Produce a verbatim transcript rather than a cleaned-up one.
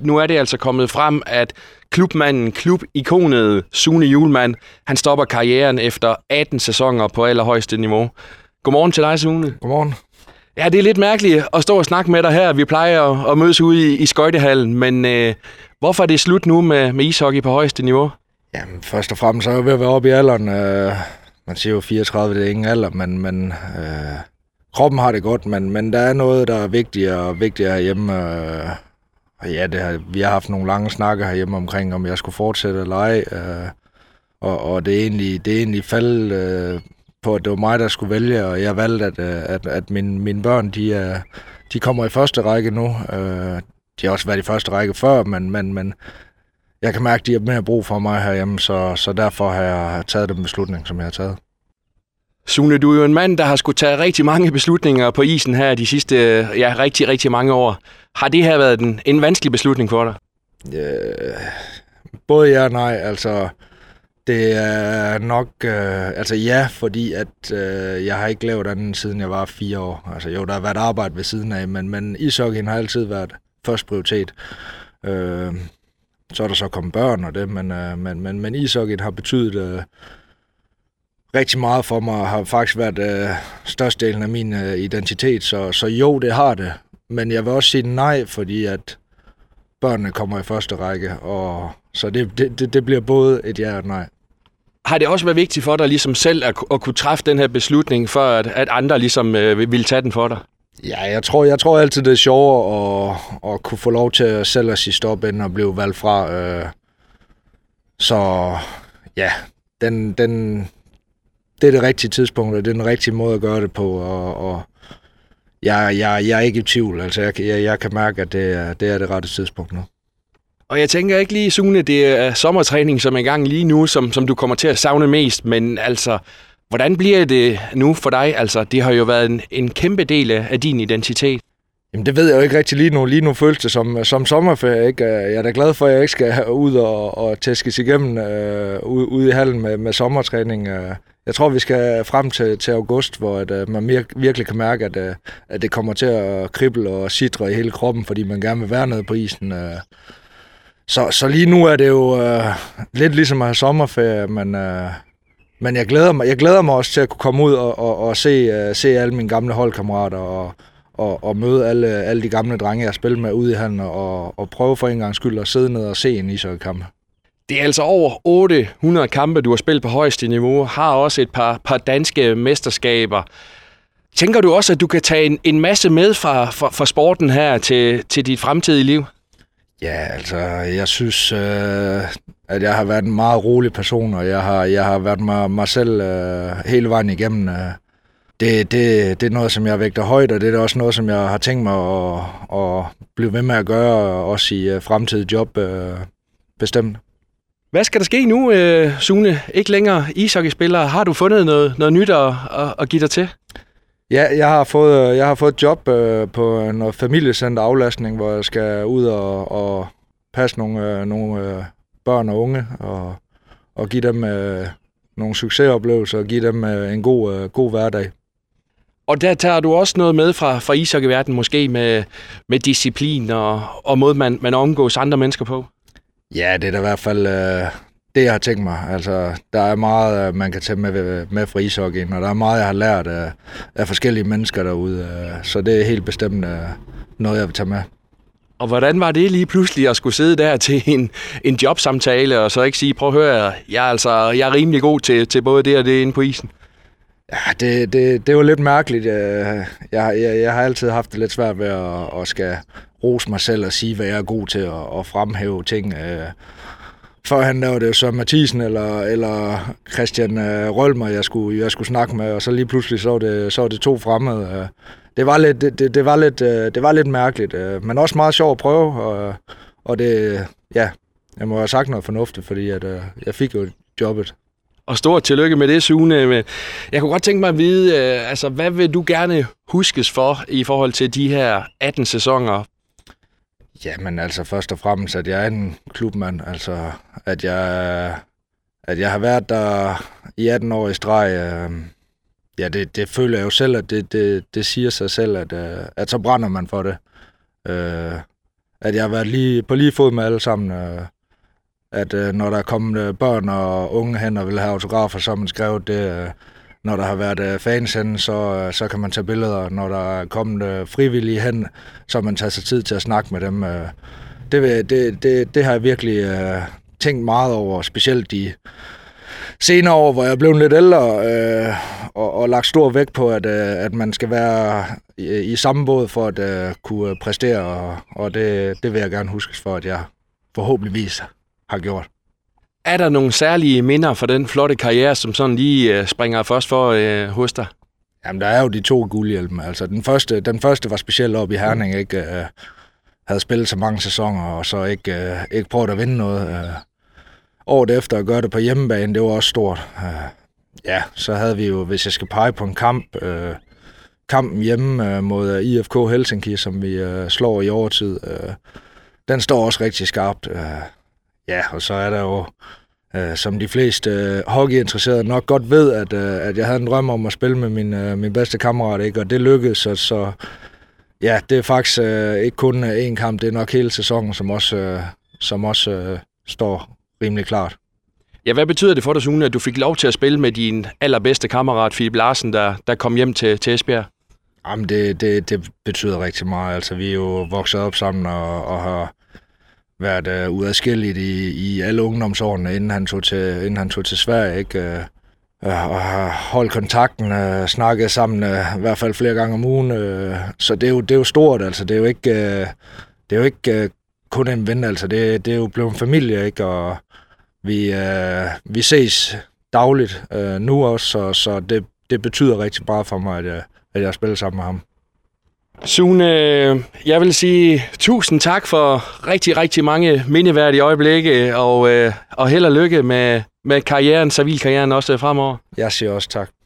nu er det altså kommet frem, at klubmanden, klubikonet Sune Hjulmand, han stopper karrieren efter atten sæsoner på allerhøjeste niveau. Godmorgen til dig, Sune. Godmorgen. Ja, det er lidt mærkeligt at stå og snakke med dig her. Vi plejer at mødes ude i, i skøjtehallen, men øh, hvorfor er det slut nu med, med ishockey på højeste niveau? Jamen, først og fremmest så er jeg ved at være oppe i alderen. Øh, man siger jo fireogtredive, det er ingen alder, men, men øh, kroppen har det godt, men, men der er noget, der er vigtigere og vigtigere herhjemme. Øh, ja, det har, vi har haft nogle lange snakker herhjemme omkring, om jeg skulle fortsætte eller ej. Øh, og, og det er egentlig, det er egentlig faldet øh, på, at det var mig, der skulle vælge, og jeg valgte, at, at, at mine, mine børn, de, er, de kommer i første række nu. Øh, de har også været i første række før, men, men, men jeg kan mærke, at de har mere brug for mig herhjemme, så, så derfor har jeg taget den beslutning, som jeg har taget. Sune, du er jo en mand, der har skulle tage rigtig mange beslutninger på isen her de sidste ja, rigtig, rigtig mange år. Har det her været en, en vanskelig beslutning for dig? Øh, både ja og nej. Altså, det er nok... Øh, altså ja, fordi at øh, jeg har ikke lavet andet, siden jeg var fire år. Altså jo, der har været arbejde ved siden af, men, men ishockeyen har altid været først prioritet. Øh, så er der så kommet børn og det, men, øh, men, men, men ishockeyen har betydet... Øh, rigtig meget for mig, har faktisk været øh, størstedelen af min øh, identitet, så, så jo, det har det. Men jeg vil også sige nej, fordi at børnene kommer i første række, og så det, det, det bliver både et ja og et nej. Har det også været vigtigt for dig ligesom selv at, at kunne træffe den her beslutning, for at, at andre ligesom øh, ville tage den for dig? Ja, jeg tror, jeg tror altid, det er sjovere at, at kunne få lov til selv at sige stop, end at blive valgt fra. Øh, så ja, den... den det er det rigtige tidspunkt, og det er den rigtige måde at gøre det på, og, og jeg, jeg, jeg er ikke i tvivl. Altså, jeg, jeg, jeg kan mærke, at det er, det er det rette tidspunkt nu. Og jeg tænker ikke lige, Sune, det er sommertræning, som er i gang lige nu, som, som du kommer til at savne mest, men altså, hvordan bliver det nu for dig? Altså, det har jo været en, en kæmpe del af din identitet. Jamen, det ved jeg jo ikke rigtig lige nu. Lige nu føles det som, som sommerferie, ikke? Jeg er da glad for, at jeg ikke skal ud og, og tæskes igennem øh, ude, ude i hallen med, med sommertræning. Jeg tror, vi skal frem til, til august, hvor at, uh, man vir- virkelig kan mærke, at, uh, at det kommer til at krible og sidre i hele kroppen, fordi man gerne vil være nede på isen. Uh. Så, så lige nu er det jo uh, lidt ligesom at have sommerferie, men, uh, men jeg, glæder mig, jeg glæder mig også til at kunne komme ud og, og, og se, uh, se alle mine gamle holdkammerater og, og, og møde alle, alle de gamle drenge, jeg har spillet med ude i hallen, og, og prøve for en gang skyld at sidde ned og se en ishockeykamp. Det er altså over otte hundrede kampe, du har spillet på højeste niveau, har også et par, par danske mesterskaber. Tænker du også, at du kan tage en, en masse med fra, fra, fra sporten her til, til dit fremtidige liv? Ja, altså, jeg synes, øh, at jeg har været en meget rolig person, og jeg har, jeg har været mig, mig selv øh, hele vejen igennem. Det, det, det er noget, som jeg vægter højt, og det er også noget, som jeg har tænkt mig at, at blive ved med at gøre, også i fremtidig job øh, bestemt. Hvad skal der ske nu, Sune? Ikke længere ishockeyspiller. Har du fundet noget, noget nyt at, at, at give dig til? Ja, jeg har fået, jeg har fået et job øh, på noget familiecenter aflastning, hvor jeg skal ud og, og passe nogle, øh, nogle øh, børn og unge, og, og give dem øh, nogle succesoplevelser, og give dem øh, en god, øh, god hverdag. Og der tager du også noget med fra, fra ishockeyverdenen, måske med, med disciplin og, og måde, man, man omgås andre mennesker på? Ja, det er da i hvert fald øh, det, jeg har tænkt mig. Altså, der er meget, man kan tage med, med fra ishockeyen, og der er meget, jeg har lært af, af forskellige mennesker derude. Så det er helt bestemt øh, noget, jeg vil tage med. Og hvordan var det lige pludselig at skulle sidde der til en, en jobsamtale, og så ikke sige, prøv at høre, jeg er, altså, jeg er rimelig god til, til både det og det inde på isen? Ja, det, det, det var lidt mærkeligt. Jeg, jeg, jeg har altid haft det lidt svært ved at, at skal rose mig selv og sige, hvad jeg er god til, og, og fremhæve ting. Førhen der var det jo så Mathisen eller, eller Christian Rølmer, jeg skulle, jeg skulle snakke med, og så lige pludselig så var det, så var det to fremmede. Det var lidt, det, det, var lidt, det var lidt mærkeligt, men også meget sjovt at prøve, og, og det, ja, jeg må have sagt noget fornuftigt, fordi at, jeg fik jo jobbet. Og stort tillykke med det, Sune. Jeg kunne godt tænke mig at vide, altså, hvad vil du gerne huskes for i forhold til de her atten sæsoner? Jamen altså først og fremmest, at jeg er en klubmand, altså at jeg, at jeg har været der i atten år i streg. Øh, ja, det, det føler jeg jo selv, at det, det, det siger sig selv, at, at så brænder man for det. Øh, at jeg har været lige, på lige fod med alle sammen. Øh, at øh, når der er kommet børn og unge hen og vil have autografer, så har man skrevet det. Øh, når der har været øh, fans hen, så, øh, så kan man tage billeder. Når der er kommet øh, frivillige hen, så har man taget sig tid til at snakke med dem. Øh, det, det, det, det har jeg virkelig øh, tænkt meget over, specielt de senere år, hvor jeg er blevet lidt ældre, øh, og, og lagt stor vægt på, at, øh, at man skal være i, i samme båd for at øh, kunne præstere, og, og det, det vil jeg gerne huskes for, at jeg forhåbentligvis har gjort. Er der nogle særlige minder for den flotte karriere, som sådan lige øh, springer først for øh, hos dig? Jamen, der er jo de to guldhjelme. Altså, den første, den første var specielt op i Herning, ikke? Øh, havde spillet så mange sæsoner, og så ikke, øh, ikke prøvet at vinde noget. Øh, året efter at gøre det på hjemmebane, det var også stort. Øh, ja, så havde vi jo, hvis jeg skal pege på en kamp, øh, kampen hjemme øh, mod I F K Helsinki, som vi øh, slår i overtid. Øh, den står også rigtig skarpt. Øh, ja, og så er der jo, øh, som de fleste øh, hockeyinteresserede nok godt ved, at, øh, at jeg havde en drøm om at spille med min, øh, min bedste kammerat, ikke? Og det lykkedes, så, så ja, det er faktisk øh, ikke kun én kamp, det er nok hele sæsonen, som også, øh, som også øh, står rimelig klart. Ja, hvad betyder det for dig, Sune, at du fik lov til at spille med din allerbedste kammerat, Philip Larsen, der, der kom hjem til, til Esbjerg? Jamen, det, det, det betyder rigtig meget. Altså, vi er jo vokset op sammen og, og har været uh, uadskilligt i, i alle ungdomsårene, inden han tog til, inden han tog til Sverige, ikke? Uh, og har holdt kontakten, uh, snakket sammen uh, i hvert fald flere gange om ugen. Uh, så det er, jo, det er jo stort, altså. Det er jo ikke, uh, det er jo ikke uh, kun en ven, altså. Det, det er jo blevet en familie, ikke? Og vi, uh, vi ses dagligt uh, nu også, så, så det, det betyder rigtig meget for mig, at jeg, at jeg spiller sammen med ham. Sune, jeg vil sige tusind tak for rigtig, rigtig mange mindeværdige øjeblikke, og, og held og lykke med, med karrieren, civilkarrieren også fremover. Jeg siger også tak.